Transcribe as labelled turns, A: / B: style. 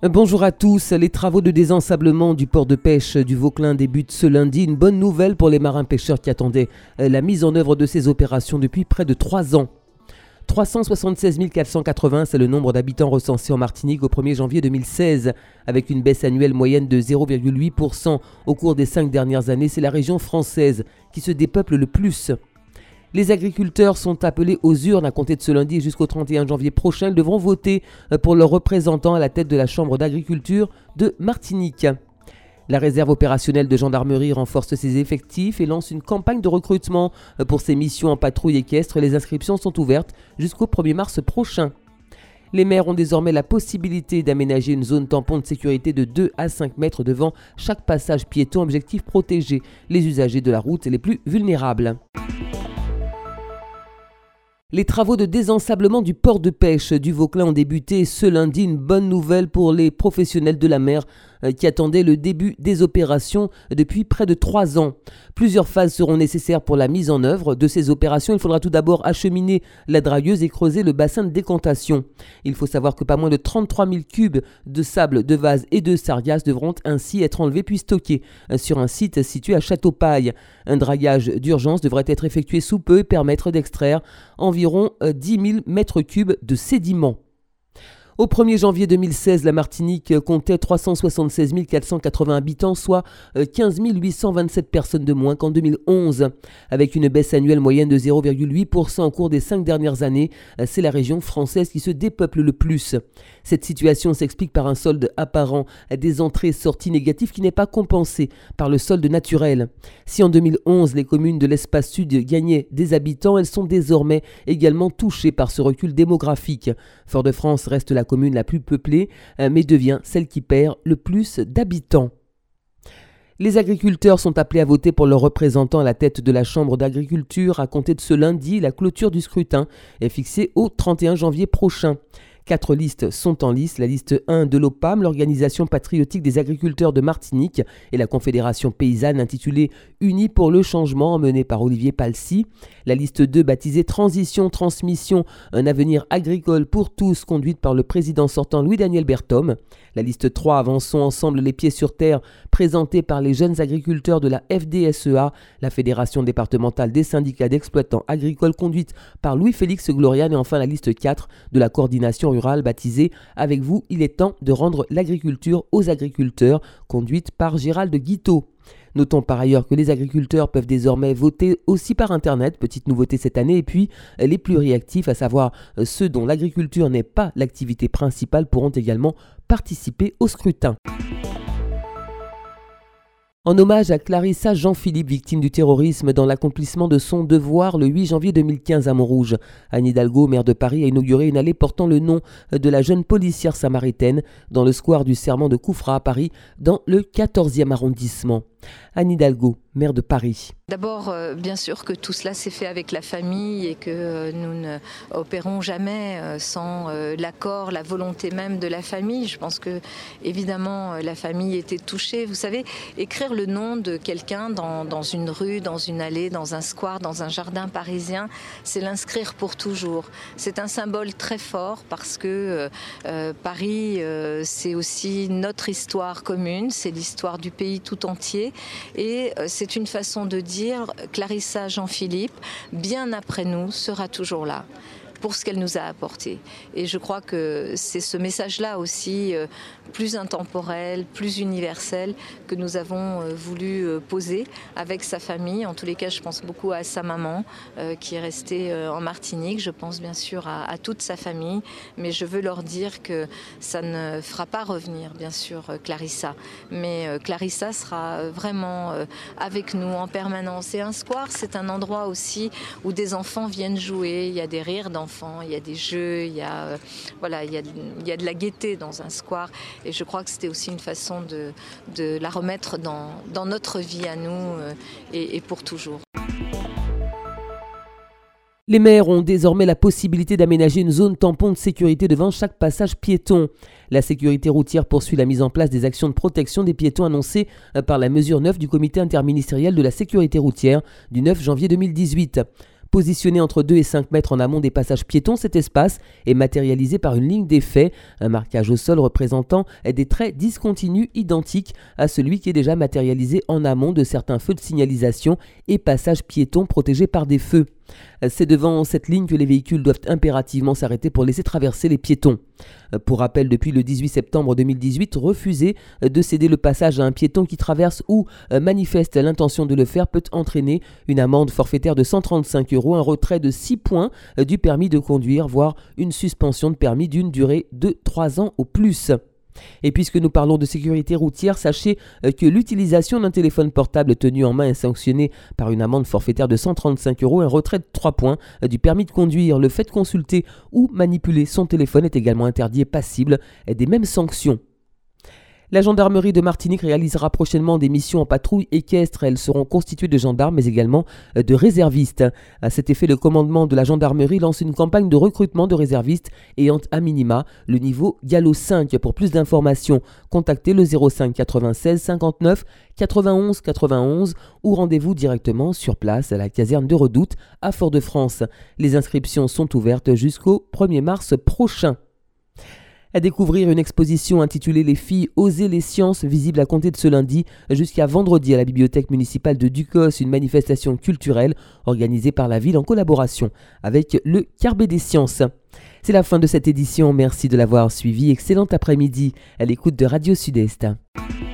A: Bonjour à tous. Les travaux de désensablement du port de pêche du Vauclin débutent ce lundi. Une bonne nouvelle pour les marins pêcheurs qui attendaient la mise en œuvre de ces opérations depuis près de 3 ans. 376 480, c'est le nombre d'habitants recensés en Martinique au 1er janvier 2016. Avec une baisse annuelle moyenne de 0,8% au cours des 5 dernières années, c'est la région française qui se dépeuple le plus. Les agriculteurs sont appelés aux urnes à compter de ce lundi jusqu'au 31 janvier prochain. Ils devront voter pour leurs représentants à la tête de la Chambre d'agriculture de Martinique. La réserve opérationnelle de gendarmerie renforce ses effectifs et lance une campagne de recrutement pour ses missions en patrouille équestre. Les inscriptions sont ouvertes jusqu'au 1er mars prochain. Les maires ont désormais la possibilité d'aménager une zone tampon de sécurité de 2 à 5 mètres devant chaque passage piéton, objectif protéger les usagers de la route les plus vulnérables. Les travaux de désensablement du port de pêche du Vauclin ont débuté ce lundi. Une bonne nouvelle pour les professionnels de la mer qui attendaient le début des opérations depuis près de 3 ans. Plusieurs phases seront nécessaires pour la mise en œuvre de ces opérations. Il faudra tout d'abord acheminer la dragueuse et creuser le bassin de décantation. Il faut savoir que pas moins de 33 000 cubes de sable, de vase et de sargasses devront ainsi être enlevés puis stockés sur un site situé à Châteaupaille. Un dragage d'urgence devrait être effectué sous peu et permettre d'extraire environ 10 000 mètres cubes de sédiments. Au 1er janvier 2016, la Martinique comptait 376 480 habitants, soit 15 827 personnes de moins qu'en 2011. Avec une baisse annuelle moyenne de 0,8% au cours des 5 dernières années, c'est la région française qui se dépeuple le plus. Cette situation s'explique par un solde apparent des entrées-sorties négatives qui n'est pas compensé par le solde naturel. Si en 2011, les communes de l'espace sud gagnaient des habitants, elles sont désormais également touchées par ce recul démographique. Fort-de-France reste la commune la plus peuplée, mais devient celle qui perd le plus d'habitants. Les agriculteurs sont appelés à voter pour leurs représentants à la tête de la Chambre d'agriculture. À compter de ce lundi, la clôture du scrutin est fixée au 31 janvier prochain. 4 listes sont en lice. La liste 1 de l'OPAM, l'Organisation patriotique des agriculteurs de Martinique, et la Confédération paysanne intitulée Unis pour le changement, menée par Olivier Palsy. La liste 2, baptisée Transition, Transmission, un avenir agricole pour tous, conduite par le président sortant Louis-Daniel Berthom. La liste 3, Avançons ensemble les pieds sur terre, présentée par les jeunes agriculteurs de la FDSEA, la Fédération départementale des syndicats d'exploitants agricoles, conduite par Louis-Félix Gloriane. Et enfin la liste 4 de la coordination rurale, baptisée Avec vous, il est temps de rendre l'agriculture aux agriculteurs, conduite par Gérald Guiteau. Notons par ailleurs que les agriculteurs peuvent désormais voter aussi par Internet, petite nouveauté cette année, et puis les plus réactifs, à savoir ceux dont l'agriculture n'est pas l'activité principale, pourront également participer au scrutin. En hommage à Clarissa Jean-Philippe, victime du terrorisme dans l'accomplissement de son devoir le 8 janvier 2015 à Montrouge, Anne Hidalgo, maire de Paris, a inauguré une allée portant le nom de la jeune policière samaritaine dans le square du Serment de Koufra à Paris, dans le 14e arrondissement. Anne Hidalgo, maire de Paris.
B: D'abord, bien sûr que tout cela s'est fait avec la famille et que nous ne opérons jamais sans l'accord, la volonté même de la famille. Je pense que, évidemment, la famille était touchée. Vous savez, écrire le nom de quelqu'un dans une rue, dans une allée, dans un square, dans un jardin parisien, c'est l'inscrire pour toujours. C'est un symbole très fort parce que Paris, c'est aussi notre histoire commune, c'est l'histoire du pays tout entier. Et c'est une façon de dire Clarissa Jean-Philippe, bien après nous, sera toujours là pour ce qu'elle nous a apporté. Et je crois que c'est ce message-là aussi, plus intemporel, plus universel, que nous avons voulu poser avec sa famille. En tous les cas, je pense beaucoup à sa maman qui est restée en Martinique. Je pense bien sûr à toute sa famille, mais je veux leur dire que ça ne fera pas revenir, bien sûr, Clarissa. Mais Clarissa sera vraiment avec nous en permanence. Et un square, c'est un endroit aussi où des enfants viennent jouer. Il y a des rires d'enfants, il y a des jeux, il y a de la gaieté dans un square. Et je crois que c'était aussi une façon de la remettre dans notre vie à nous et pour toujours.
A: Les maires ont désormais la possibilité d'aménager une zone tampon de sécurité devant chaque passage piéton. La sécurité routière poursuit la mise en place des actions de protection des piétons annoncées par la mesure 9 du comité interministériel de la sécurité routière du 9 janvier 2018. Positionné entre 2 et 5 mètres en amont des passages piétons, cet espace est matérialisé par une ligne d'effet, un marquage au sol représentant des traits discontinus identiques à celui qui est déjà matérialisé en amont de certains feux de signalisation et passages piétons protégés par des feux. C'est devant cette ligne que les véhicules doivent impérativement s'arrêter pour laisser traverser les piétons. Pour rappel, depuis le 18 septembre 2018, refuser de céder le passage à un piéton qui traverse ou manifeste l'intention de le faire peut entraîner une amende forfaitaire de 135 €, un retrait de 6 points du permis de conduire, voire une suspension de permis d'une durée de 3 ans au plus. Et puisque nous parlons de sécurité routière, sachez que l'utilisation d'un téléphone portable tenu en main est sanctionnée par une amende forfaitaire de 135 €, un retrait de 3 points du permis de conduire. Le fait de consulter ou manipuler son téléphone est également interdit et passible des mêmes sanctions. La gendarmerie de Martinique réalisera prochainement des missions en patrouille équestre. Elles seront constituées de gendarmes mais également de réservistes. À cet effet, le commandement de la gendarmerie lance une campagne de recrutement de réservistes ayant à minima le niveau Gallo 5. Pour plus d'informations, contactez le 05 96 59 91 91 ou rendez-vous directement sur place à la caserne de Redoute à Fort-de-France. Les inscriptions sont ouvertes jusqu'au 1er mars prochain. À découvrir une exposition intitulée « Les filles oser les sciences » visible à compter de ce lundi jusqu'à vendredi à la bibliothèque municipale de Ducos, une manifestation culturelle organisée par la ville en collaboration avec le Carbet des Sciences. C'est la fin de cette édition, merci de l'avoir suivi, excellent après-midi à l'écoute de Radio Sud-Est.